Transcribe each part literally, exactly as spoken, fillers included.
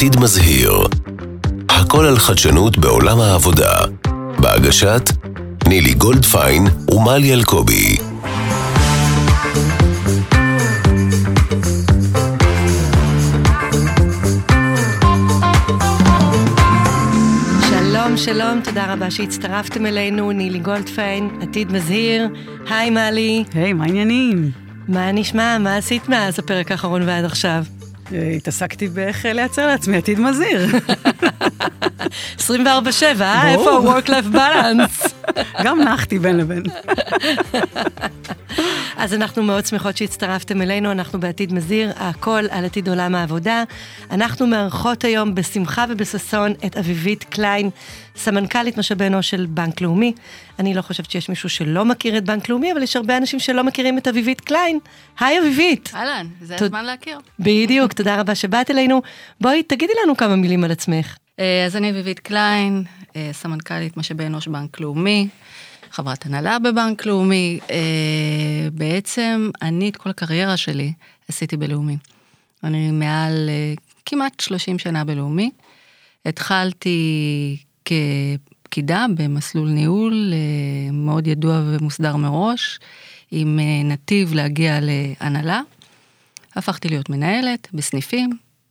עתיד מזהיר. הכל על חדשנות בעולם העבודה. בהגשת נילי גולדפיין ומלי אלקובי. שלום, שלום, תודה רבה שהצטרפתם אלינו, נילי גולדפיין, עתיד מזהיר. היי מלי. היי, מה העניינים? מה נשמע? מה עשית מאז הפרק האחרון ועד עכשיו? התעסקתי באיך לייצר לעצמי עתיד מזהיר. עשרים וארבע שבע, איפה ה-work-life balance? גם נחתי בין לבין. אז אנחנו מאוד שמחות שהצטרפתם אלינו, אנחנו בעתיד מזהיר, הכל על עתיד עולם העבודה. אנחנו מארחות היום בשמחה ובששון את אביבית קליין, סמנכ"לית משאבי אנוש של בנק לאומי. אני לא חושבת שיש מישהו שלא מכיר את בנק לאומי, אבל יש הרבה אנשים שלא מכירים את אביבית קליין. היי אביבית. אהלן, זה הזמן להכיר. בדיוק, תודה רבה שבאת אלינו. בואי, תגידי לנו כמה מילים על עצמך. אז אני אביבית קליין, סמנכ"לית משאבי אנוש בנק לאומי, חברת הנהלה בבנק לאומי. בעצם אני את כל הקריירה שלי עשיתי בלאומי. אני מעל כמעט שלושים שנה בלאומי. התחלתי כפקידה במסלול ניהול מאוד ידוע ומוסדר מראש, עם נתיב להגיע להנהלה. הפכתי להיות מנהלת בסניפים,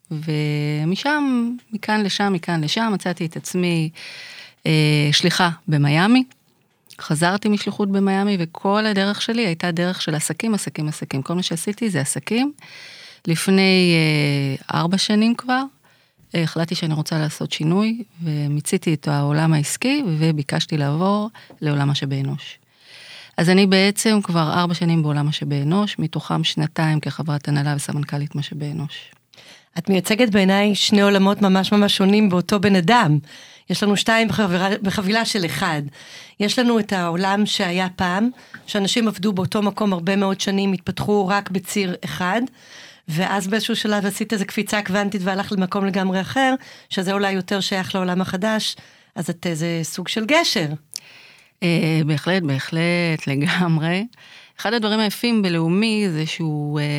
ומשם, מכאן לשם, מכאן לשם, מצאתי את עצמי אה, שליחה במיימי. חזרתי משליחות במיימי, וכל הדרך שלי הייתה דרך של עסקים, עסקים, עסקים. כל מה שעשיתי זה עסקים. לפני אה, ארבע שנים כבר, אה, החלטתי שאני רוצה לעשות שינוי, ומיציתי את העולם העסקי, וביקשתי לעבור לעולם משאבי אנוש. אז אני בעצם כבר ארבע שנים בעולם משאבי אנוש, מתוכם שנתיים כחברת הנהלה וסמנכ"לית משאבי אנוש. את מייצגת בעיניי שני עולמות ממש ממש שונים באותו בן אדם. יש לנו שתיים בחבילה, בחבילה של אחד. יש לנו את העולם שהיה פעם, שאנשים עבדו באותו מקום הרבה מאוד שנים, התפתחו רק בציר אחד, ואז באיזשהו שלב עשית איזו קפיצה קוונטית והלך למקום לגמרי אחר, שזה אולי יותר שייך לעולם החדש, אז את איזה סוג של גשר. אה, בהחלט, בהחלט, לגמרי. אחד הדברים היפים בלאומי זה שהוא... אה,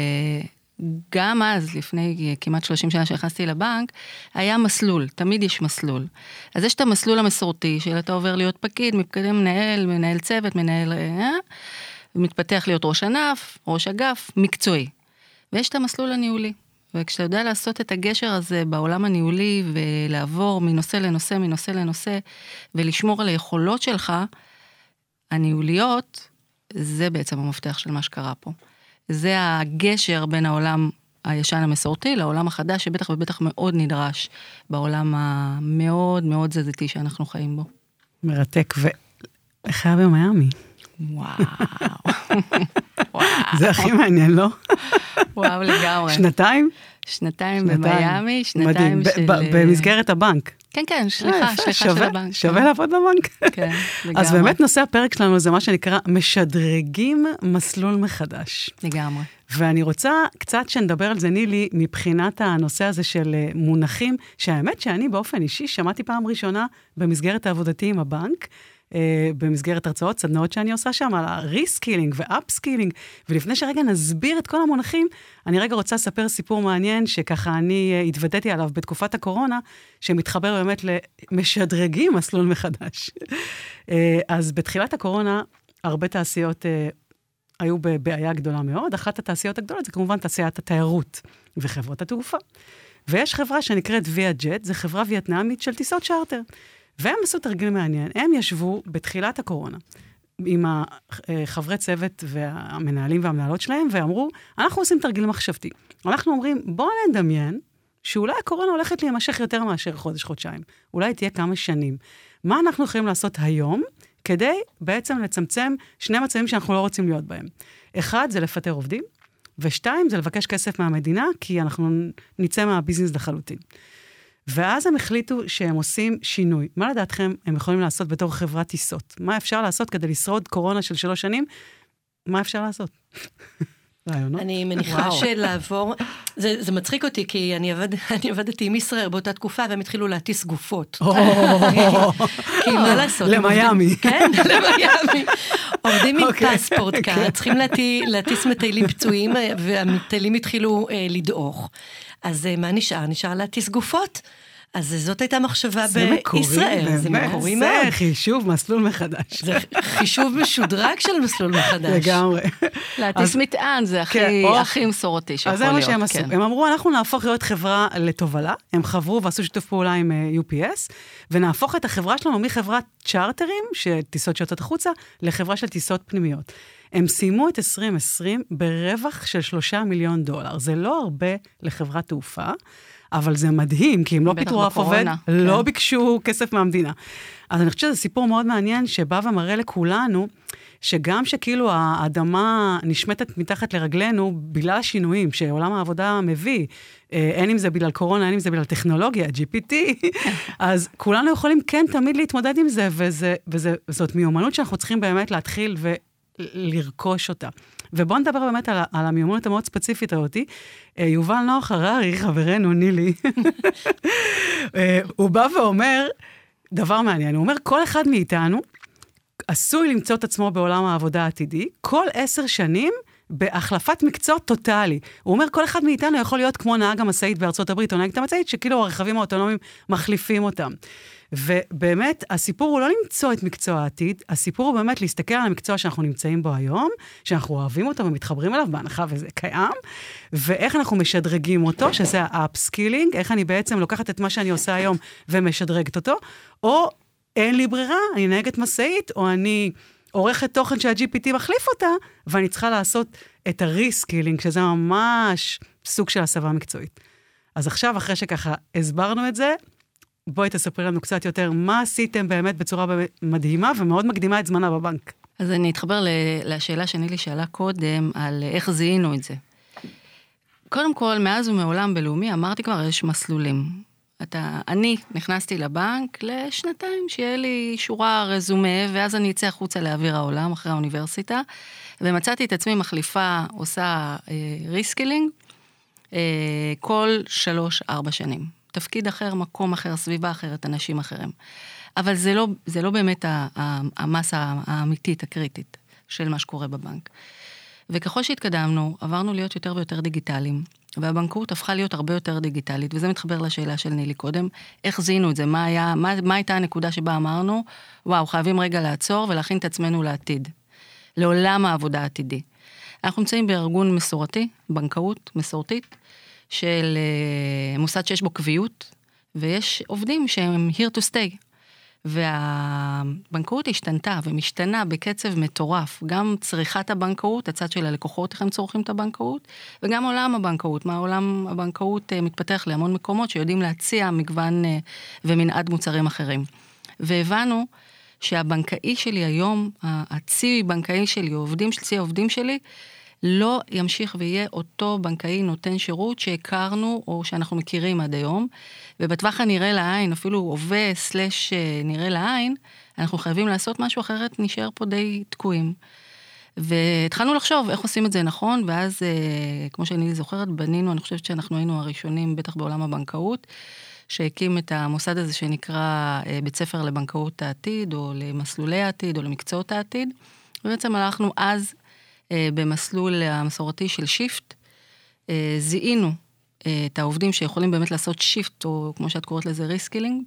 גם אז, לפני כמעט שלושים שנה שנכנסתי לבנק, היה מסלול, תמיד יש מסלול. אז יש את המסלול המסורתי, של אתה עובר להיות פקיד, מתקדם מנהל, מנהל צוות, מנהל, אה, ומתפתח להיות ראש ענף, ראש אגף, מקצועי. ויש את המסלול הניהולי. וכשאתה יודע לעשות את הגשר הזה בעולם הניהולי, ולעבור מנושא לנושא, מנושא לנושא, ולשמור על היכולות שלך, הניהוליות, זה בעצם המפתח של מה שקרה פה. זה הגשר בין העולם הישן המסורתי לעולם החדש, שבטח ובטח מאוד נדרש בעולם המאוד מאוד זזתי שאנחנו חיים בו. מרתק, ואיך היה במיימי? וואו. זה הכי מעניין, לא? וואו, לגמרי. שנתיים? שנתיים במיימי, שנתיים של... במסגרת הבנק. כן, כן, שליחה, שליחה של הבנק. שווה לעבוד בבנק. כן, לגמרי. אז באמת נושא הפרק שלנו זה מה שנקרא משדרגים מסלול מחדש. לגמרי. ואני רוצה קצת שנדבר על זה, נילי, מבחינת הנושא הזה של מונחים, שהאמת שאני באופן אישי שמעתי פעם ראשונה במסגרת העבודתי עם הבנק, במסגרת הרצאות, סדנאות שאני עושה שם, על ה-re-skilling ו-up-skilling, ולפני שרגע נסביר את כל המונחים, אני רגע רוצה לספר סיפור מעניין, שככה אני התוודעתי עליו בתקופת הקורונה, שמתחבר באמת למשדרגים מסלול מחדש. אז בתחילת הקורונה, הרבה תעשיות היו בבעיה גדולה מאוד, אחת התעשיות הגדולות זה כמובן תעשיית התיירות וחברות התעופה. ויש חברה שנקראת ויאג'ט, זו חברה וייטנאמית של טיסות צ'ארטר. והם עשו תרגיל מעניין, הם ישבו בתחילת הקורונה, עם החברי צוות והמנהלים והמנהלות שלהם, ואמרו, אנחנו עושים תרגיל מחשבתי. אנחנו אומרים, בואו נדמיין, שאולי הקורונה הולכת להימשך יותר מאשר חודש, חודשיים. אולי תהיה כמה שנים. מה אנחנו יכולים לעשות היום, כדי בעצם לצמצם שני מצבים שאנחנו לא רוצים להיות בהם. אחד, זה לפטר עובדים, ושתיים, זה לבקש כסף מהמדינה, כי אנחנו נצא מהביזנס לחלוטין. ואז הם החליטו שהם עושים שינוי. מה לדעתכם הם יכולים לעשות בתור חברת טיסות? מה אפשר לעשות כדי לשרוד קורונה של שלוש שנים? מה אפשר לעשות? אני מניחה שלעבור, זה, זה מצחיק אותי, כי אני, עבד, אני עבדתי עם ישראל באותה תקופה, והם התחילו להטיס גופות. כי מה לעשות? למיימי. כן, למיימי. עובדים עם פספורט כאן, צריכים להטיס מטיילים פצועים, והמטיילים התחילו לדעוך. אז מה נשאר? נשאר להטיס גופות. אז זאת הייתה מחשבה זה בישראל. מקורי, זה באמת, מקורי זה מאוד. חישוב מסלול מחדש. זה חישוב משודרג של מסלול מחדש. לגמרי. להטיס מטען זה הכי, כן, או- הכי מסורתי שיכול אז להיות. זה מה שהם עשו. כן. הם אמרו, אנחנו נהפוך להיות חברה לתובלה, הם חברו ועשו שיתוף פעולה עם אה, יו פי אס, ונהפוך את החברה שלנו מחברת צ'ארטרים, שטיסות שיוצאות החוצה, לחברה של טיסות פנימיות. הם סיימו את עשרים עשרים ברווח של שלושה מיליון דולר. זה לא הרבה לחברת תעופה, אבל זה מדהים, כי הם לא בטח פיתרו אף עובד, בקורונה, לא כן. ביקשו כסף מהמדינה. אז אני חושבת שזה סיפור מאוד מעניין, שבא ומראה לכולנו, שגם שכאילו האדמה נשמטת מתחת לרגלינו, בגלל השינויים שעולם העבודה מביא, אין אם זה בגלל קורונה, אין אם זה בגלל טכנולוגיה, ג'י פי טי, אז כולנו יכולים כן תמיד להתמודד עם זה, וזה, וזה, וזאת מיומנות שאנחנו צריכים באמת להתחיל ולרכוש אותה. ובואו נדבר באמת על, על המיומנות המאוד ספציפית אותי. יובל נוח הררי, חברנו נילי, הוא בא ואומר דבר מעניין, הוא אומר, כל אחד מאיתנו עשוי למצוא את עצמו בעולם העבודה העתידי, כל עשר שנים בהחלפת מקצוע טוטלי. הוא אומר, כל אחד מאיתנו יכול להיות כמו נהג המשאית בארצות הברית, או נהג המשאית, שכאילו הרכבים האוטונומיים מחליפים אותם. ובאמת, הסיפור הוא לא למצוא את מקצוע העתיד, הסיפור הוא באמת להסתכל על המקצוע שאנחנו נמצאים בו היום, שאנחנו אוהבים אותו ומתחברים אליו בהנחה וזה קיים, ואיך אנחנו משדרגים אותו, שזה האפסקילינג, איך אני בעצם לוקחת את מה שאני עושה היום ומשדרגת אותו, או אין לי ברירה, אני נהגת משאית, או אני עורכת תוכן שה-ג'י פי טי מחליף אותה, ואני צריכה לעשות את הריסקילינג, שזה ממש סוג של הסבה מקצועית. אז עכשיו, אחרי שככה הסברנו את זה, בואי תספרי לנו קצת יותר, מה עשיתם באמת בצורה מדהימה, ומאוד מקדימה את זמנה בבנק. אז אני אתחבר לשאלה שנילי שאלה קודם, על איך זיהינו את זה. קודם כל, מאז ומעולם בלאומי, אמרתי כבר, יש מסלולים. אתה, אני נכנסתי לבנק לשנתיים, שיהיה לי שורה רזומה, ואז אני אצא החוצה לאוויר העולם, אחרי האוניברסיטה, ומצאתי את עצמי מחליפה, עושה אה, ריסקילינג, אה, כל שלוש, ארבע שנים. תפקיד אחר, מקום אחר, סביבה אחרת, אנשים אחרים. אבל זה לא, זה לא באמת המסה האמיתית, הקריטית, של מה שקורה בבנק. וככל שהתקדמנו, עברנו להיות יותר ויותר דיגיטליים, והבנקאות הפכה להיות הרבה יותר דיגיטלית, וזה מתחבר לשאלה של נילי קודם, איך זינו את זה, מה היה, מה, מה הייתה הנקודה שבה אמרנו, וואו, חייבים רגע לעצור ולהכין את עצמנו לעתיד, לעולם העבודה העתידי. אנחנו נמצאים בארגון מסורתי, בנקאות מסורתית, של מוסד שיש בו קביעות, ויש עובדים שהם here to stay. והבנקאות השתנתה ומשתנה בקצב מטורף, גם צריכת הבנקאות, הצד של הלקוחות, איך הם צורכים את הבנקאות, וגם עולם הבנקאות, מה עולם הבנקאות מתפתח להמון מקומות, שיודעים להציע מגוון ומנעד מוצרים אחרים. והבנו שהבנקאי שלי היום, הצי בנקאי שלי, העובדים של צי העובדים שלי, לא ימשיך ויהיה אותו בנקאי נותן שירות שהכרנו או שאנחנו מכירים עד היום, ובטווח הנראה לעין, אפילו הווה סלש נראה לעין, אנחנו חייבים לעשות משהו אחרת, נשאר פה די תקועים. והתחלנו לחשוב איך עושים את זה נכון, ואז, כמו שאני זוכרת, בנינו, אני חושבת שאנחנו היינו הראשונים, בטח בעולם הבנקאות, שהקים את המוסד הזה שנקרא בית ספר לבנקאות העתיד, או למסלולי העתיד, או למקצועות העתיד, ובעצם הלכנו אז, במסלול המסורתי של שיפט, זיהינו את העובדים שיכולים באמת לעשות שיפט, או כמו שאת קוראת לזה ריסקילינג,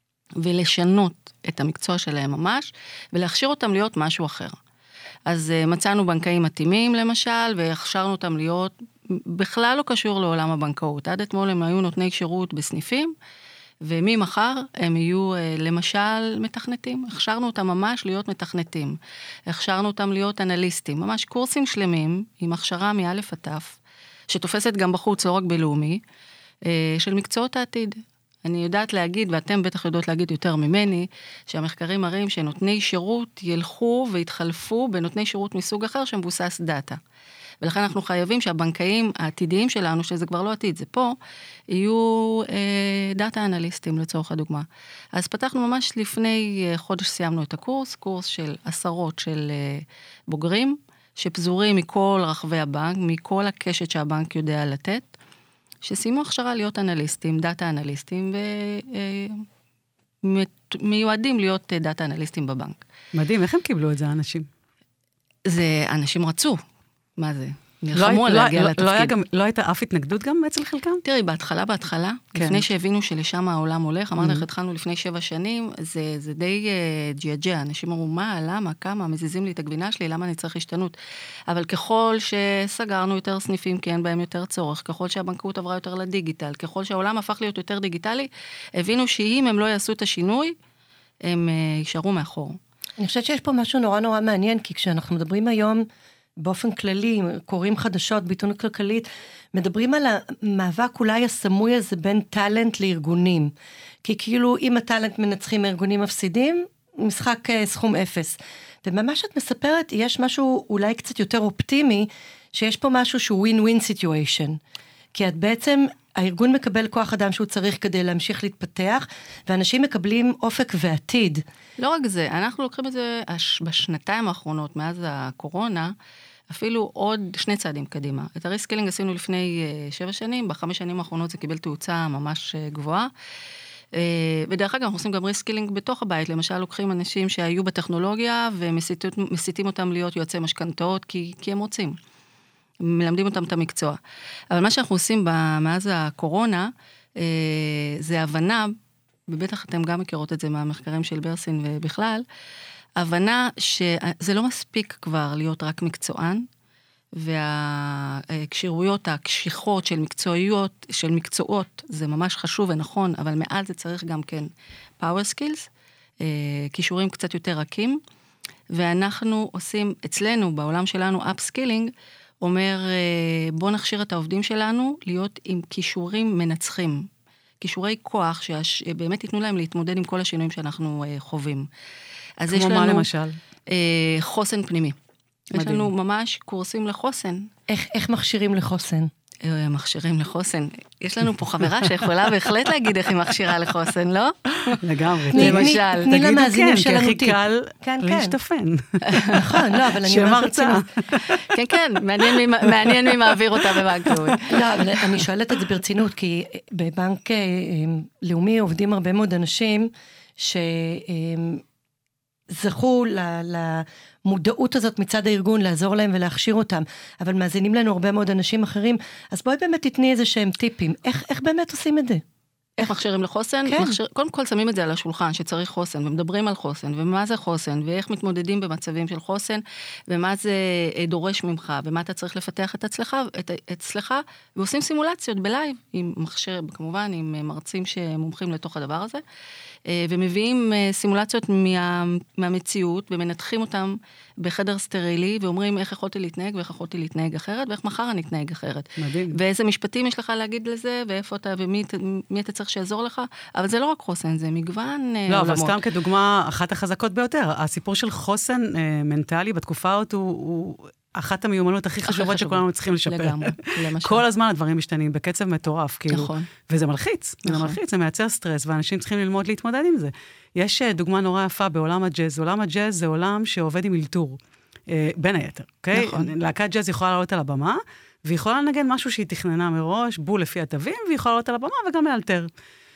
ולשנות את המקצוע שלהם ממש, ולהכשיר אותם להיות משהו אחר. אז מצאנו בנקאים מתאימים למשל, והכשרנו אותם להיות, בכלל לא קשור לעולם הבנקאות. עד אתמול הם היו נותני שירות בסניפים, וממחר הם יהיו למשל מתכנתים, הכשרנו אותם ממש להיות מתכנתים, הכשרנו אותם להיות אנליסטים, ממש קורסים שלמים עם הכשרה מאלף עד תף, שתופסת גם בחוץ, לא רק בלאומי, של מקצועות העתיד. אני יודעת להגיד, ואתם בטח יודעות להגיד יותר ממני, שהמחקרים מראים שנותני שירות ילכו והתחלפו בנותני שירות מסוג אחר שמבוסס דאטה. ולכן אנחנו חייבים שהבנקאים העתידיים שלנו, שזה כבר לא עתיד, זה פה, יהיו אה, דאטה אנליסטים לצורך הדוגמה. אז פתחנו ממש לפני אה, חודש סיימנו את הקורס, קורס של עשרות של אה, בוגרים, שפזורים מכל רחבי הבנק, מכל הקשת שהבנק יודע לתת, שסיימו הכשרה להיות אנליסטים, דאטה אנליסטים, ומיועדים להיות דאטה אנליסטים בבנק. מדהים, איך הם קיבלו את זה, האנשים? זה, אנשים רצו. מה זה? נלחמו על להגיע לתפקיד. לא הייתה אף התנגדות גם אצל חלקם? תראי, בהתחלה, בהתחלה, לפני שהבינו שלשם העולם הולך, אמרתי לך, התחלנו לפני שבע שנים, זה די ג'יאג'ה, אנשים אמרו, מה, למה, כמה, מזיזים לי את הגבינה שלי, למה אני צריך השתנות? אבל ככל שסגרנו יותר סניפים, כי אין בהם יותר צורך, ככל שהבנקאות עברה יותר לדיגיטל, ככל שהעולם הפך להיות יותר דיגיטלי, הבינו שאם הם לא יעשו את השינוי, הם יישארו מאחור. אני חושבת שיש פה משהו נורא נורא מעניין, כי כשאנחנו מדברים היום, באופן כללי, קוראים חדשות, בעיתונות כלכלית, מדברים על המאבק אולי הסמוי הזה בין טלנט לארגונים. כי כאילו, אם הטלנט מנצחים, הארגונים מפסידים, משחק סכום אפס. וממה שאת מספרת, יש משהו אולי קצת יותר אופטימי, שיש פה משהו שהוא win-win situation. כי את בעצם, הארגון מקבל כוח אדם שהוא צריך כדי להמשיך להתפתח, ואנשים מקבלים אופק ועתיד. לא רק זה, אנחנו לוקחים את זה בשנתיים האחרונות, מאז הקורונה, אפילו עוד שני צעדים קדימה. את הריסקילינג עשינו לפני שבע שנים, בחמש שנים האחרונות זה קיבל תאוצה ממש גבוהה. ודרך אגב, אנחנו עושים גם ריסקילינג בתוך הבית, למשל לוקחים אנשים שהיו בטכנולוגיה, ומסיתים אותם להיות יועצי משכנתאות, כי, כי הם רוצים. מלמדים אותם את המקצוע. אבל מה שאנחנו עושים מאז הקורונה, זה הבנה, ובטח אתם גם מכירות את זה מהמחקרים של ברסין ובכלל, הבנה שזה לא מספיק כבר להיות רק מקצוען, והקשירויות, הקשיחות של מקצועיות, של מקצועות, זה ממש חשוב ונכון, אבל מעל זה צריך גם כן power skills, קישורים קצת יותר רכים, ואנחנו עושים אצלנו, בעולם שלנו, upskilling, אומר, בוא נכשיר את העובדים שלנו להיות עם קישורים מנצחים, קישורי כוח שבאמת ייתנו להם להתמודד עם כל השינויים שאנחנו חווים. אז יש לנו, כמו מה למשל? חוסן פנימי. מדהים. יש לנו ממש קורסים לחוסן. איך, איך מכשירים לחוסן? מכשירים לחוסן. יש לנו פה חברה שיכולה בהחלט להגיד איך היא מכשירה לחוסן, לא? לגמרי. למשל. תני למאזינים שלנו טיפ. כי הכי קל להשתפן. נכון, לא, אבל אני אומרת שמרצה. כן, כן, מעניין מי מעביר אותה בבנקאות. לא, אבל אני שואלת את זה ברצינות, כי בבנק לאומי עובדים הרבה מאוד אנשים שזכו למודעות הזאת מצד הארגון, לעזור להם ולהכשיר אותם, אבל מאזינים לנו הרבה מאוד אנשים אחרים, אז בואי באמת תתני איזה שהם טיפים. איך, איך באמת עושים את זה? איך מכשירים לחוסן? כן. מכשיר, קודם כל שמים את זה על השולחן, שצריך חוסן, ומדברים על חוסן, ומה זה חוסן, ואיך מתמודדים במצבים של חוסן, ומה זה דורש ממך, ומה אתה צריך לפתח את אצלך, את אצלך, ועושים סימולציות בלייב, עם מכשיר, כמובן, עם מרצים שמומחים לתוך הדבר הזה, ומביאים סימולציות מה, מהמציאות, ומנתחים אותם בחדר סטרילי, ואומרים איך יכולתי להתנהג, ואיך יכולתי להתנהג אחרת, ואיך מחר אני אתנהג אחרת. מדהים. ואיזה משפטים יש לך להגיד לזה, ואיפה אתה, ומי מי אתה צריך שיעזור לך, אבל זה לא רק חוסן, זה מגוון לא, עולמות. אבל סתם כדוגמה, אחת החזקות ביותר, הסיפור של חוסן מנטלי בתקופה הזאת הוא, הוא אחת המיומנות הכי חשובות שכולנו צריכים לשפר. לגמרי, למשל. כל הזמן הדברים משתנים בקצב מטורף, כאילו. נכון. וזה מלחיץ, זה מלחיץ, זה מייצר סטרס, ואנשים צריכים ללמוד להתמודד עם זה. יש דוגמה נורא יפה בעולם הג'אז, עולם הג'אז זה עולם שעובד עם אלתור, בין היתר, אוקיי? נכון. להקת ג'אז יכולה לעלות על הבמה, והיא יכולה לנגן משהו שהיא תכננה מראש, בול לפי התווים, והיא יכולה לעלות על הבמה וגם לאלתר.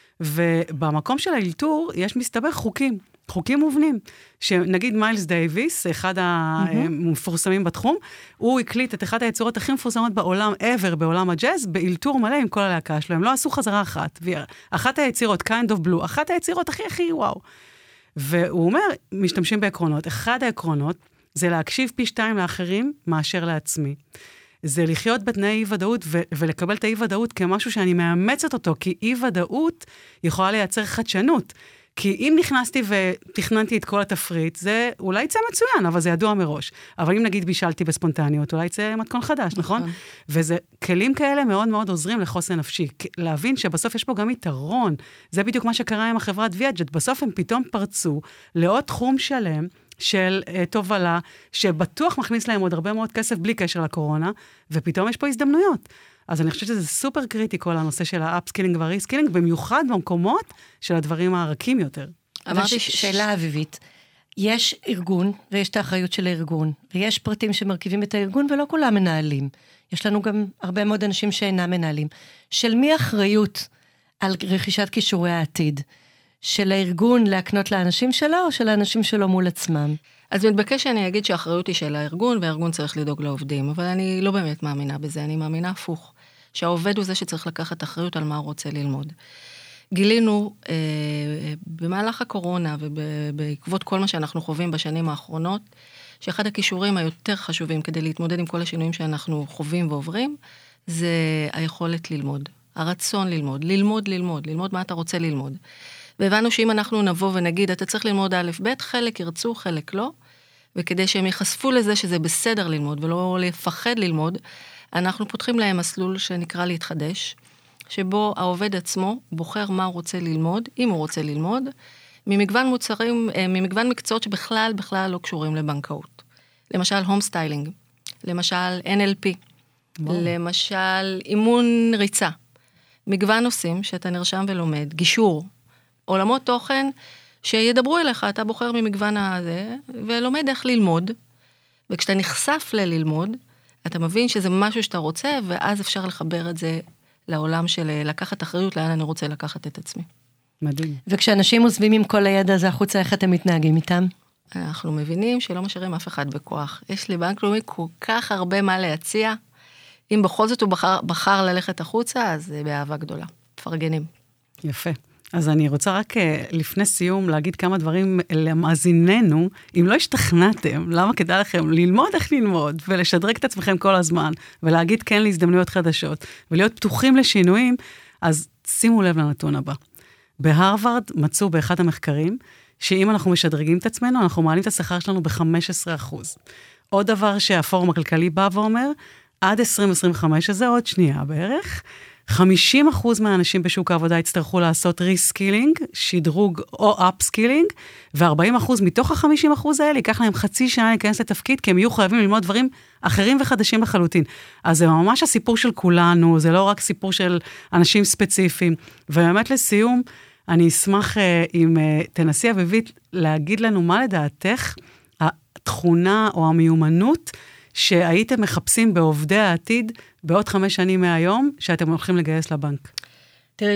ובמקום של האלתור יש מסתבר חוקים, חוקים מובנים, שנגיד מיילס דייביס, אחד המפורסמים בתחום, הוא הקליט את אחת היצירות הכי מפורסמות בעולם, ever בעולם הג'אז, באלתור מלא עם כל הלהקה שלו, הם לא עשו חזרה אחת, ואחת היצירות, kind of blue, אחת היצירות הכי הכי וואו. והוא אומר, משתמשים בעקרונות, אחד העקרונות זה להקשיב פי שתיים לאחרים מאשר לעצמי. זה לחיות בתנאי אי-ודאות, ו- ולקבל את האי-ודאות כמשהו שאני מאמצת אותו, כי אי-ודאות יכולה לייצר חדשנות. כי אם נכנסתי ותכננתי את כל התפריט, זה אולי יצא מצוין, אבל זה ידוע מראש. אבל אם נגיד בישלתי בספונטניות, אולי יצא מתכון חדש, נכון? נכון? וזה כלים כאלה מאוד מאוד עוזרים לחוסן נפשי. להבין שבסוף יש פה גם יתרון. זה בדיוק מה שקרה עם החברת ויאג'ט. בסוף הם פתאום פרצו לעוד תחום שלם, של uh, תובלה, שבטוח מכניס להם עוד הרבה מאוד כסף בלי קשר לקורונה, ופתאום יש פה הזדמנויות. אז אני חושבת שזה סופר קריטי, כל הנושא של האפסקילינג והריסקילינג, במיוחד במקומות של הדברים הרכים יותר. אמרתי ש... שאלה אביבית, יש ארגון, ויש את האחריות של הארגון, ויש פרטים שמרכיבים את הארגון, ולא כולם מנהלים. יש לנו גם הרבה מאוד אנשים שאינם מנהלים. של מי האחריות על רכישת כישורי העתיד? של הארגון להקנות לאנשים שלו, או של האנשים שלו מול עצמם? אז מתבקש שאני אגיד שהאחריות היא של הארגון, והארגון צריך לדאוג לעובדים, אבל אני לא באמת מאמינה בזה, אני מאמינה הפוך, שהעובד הוא זה שצריך לקחת אחריות על מה הוא רוצה ללמוד. גילינו אה, במהלך הקורונה ובעקבות כל מה שאנחנו חווים בשנים האחרונות, שאחד הכישורים היותר חשובים כדי להתמודד עם כל השינויים שאנחנו חווים ועוברים, זה היכולת ללמוד, הרצון ללמוד, ללמוד, ללמוד, ללמוד מה אתה רוצה ללמוד. והבנו שאם אנחנו נבוא ונגיד, אתה צריך ללמוד א' ב', חלק ירצו, חלק לא, וכדי שהם יחשפו לזה שזה בסדר ללמוד ולא לפחד ללמוד, אנחנו פותחים להם מסלול שנקרא להתחדש, שבו העובד עצמו בוחר מה הוא רוצה ללמוד, אם הוא רוצה ללמוד, ממגוון מוצרים, ממגוון מקצועות שבכלל, בכלל לא קשורים לבנקאות. למשל, הום סטיילינג, למשל, אן אל פי, וואו. למשל, אימון ריצה, מגוון נושאים שאתה נרשם ולומד, גישור, עולמות תוכן שידברו אליך, אתה בוחר ממגוון הזה, ולומד איך ללמוד, וכשאתה נחשף לללמוד, אתה מבין שזה משהו שאתה רוצה, ואז אפשר לחבר את זה לעולם של לקחת אחריות, לאן אני רוצה לקחת את עצמי. מדהים. וכשאנשים עוזבים עם כל הידע הזה החוצה, איך אתם מתנהגים איתם? אנחנו מבינים שלא משאירים אף אחד בכוח. יש לבנק לאומי כל כך הרבה מה להציע. אם בכל זאת הוא בחר, בחר ללכת החוצה, אז זה באהבה גדולה. פרגנים. יפה. אז אני רוצה רק לפני סיום להגיד כמה דברים למאזיננו. אם לא השתכנעתם, למה כדאי לכם ללמוד איך ללמוד, ולשדרג את עצמכם כל הזמן, ולהגיד כן להזדמנויות חדשות, ולהיות פתוחים לשינויים, אז שימו לב לנתון הבא. בהרווארד מצאו באחד המחקרים, שאם אנחנו משדרגים את עצמנו, אנחנו מעלים את השכר שלנו ב-חמישה עשר אחוז. עוד דבר שהפורום הכלכלי בא ואומר, עד עשרים עשרים וחמש, שזה עוד שנייה בערך, חמישים אחוז מהאנשים בשוק העבודה יצטרכו לעשות ריסקילינג, שדרוג או אפסקילינג, ו-ארבעים אחוז מתוך ה-חמישים אחוז האלה, ייקח להם חצי שנה להיכנס לתפקיד, כי הם יהיו חייבים ללמוד דברים אחרים וחדשים לחלוטין. אז זה ממש הסיפור של כולנו, זה לא רק סיפור של אנשים ספציפיים. ובאמת לסיום, אני אשמח אם תנסי אביבית להגיד לנו מה לדעתך התכונה או המיומנות שהייתם מחפשים בעובדי העתיד בעוד חמש שנים מהיום, שאתם הולכים לגייס לבנק. תראי,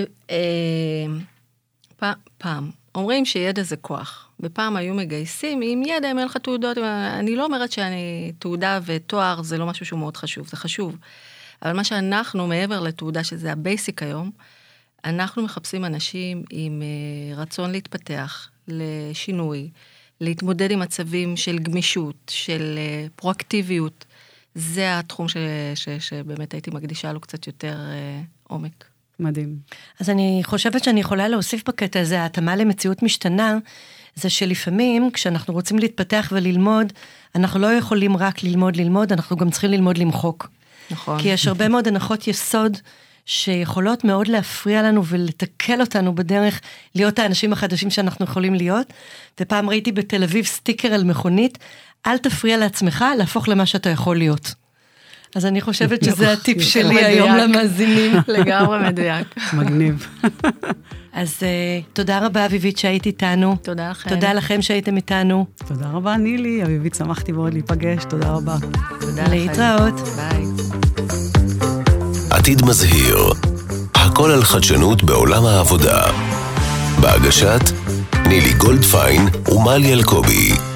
פעם, אומרים שידע זה כוח, ופעם היו מגייסים, עם ידע, אם אין לך תעודות, אני לא אומרת שאני תעודה ותואר, זה לא משהו שהוא מאוד חשוב, זה חשוב. אבל מה שאנחנו, מעבר לתעודה, שזה הבייסיק היום, אנחנו מחפשים אנשים עם רצון להתפתח, לשינוי, להתמודד עם מצבים של גמישות, של פרואקטיביות. זה התחום ש, ש, שבאמת הייתי מקדישה לו קצת יותר עומק. מדהים. אז אני חושבת שאני יכולה להוסיף בקטע הזה, ההתאמה למציאות משתנה, זה שלפעמים כשאנחנו רוצים להתפתח וללמוד, אנחנו לא יכולים רק ללמוד ללמוד, אנחנו גם צריכים ללמוד למחוק. נכון. כי יש הרבה מאוד הנחות יסוד, שיכולות מאוד להפריע לנו ולתקל אותנו בדרך להיות האנשים החדשים שאנחנו יכולים להיות. ופעם ראיתי בתל אביב סטיקר על מכונית, אל תפריע לעצמך להפוך למה שאתה יכול להיות. אז אני חושבת שזה הטיפ שלי היום למאזינים. לגמרי מדויק. מגניב. אז תודה רבה אביבית שהיית איתנו. תודה לכם. תודה לכם שהייתם איתנו. תודה רבה נילי, אביבית, שמחתי מאוד להיפגש, תודה רבה. תודה לכם. להתראות. ביי. עתיד מזהיר, הכל על חדשנות בעולם העבודה. בהגשת נילי גולדפיין ומלי אלקובי.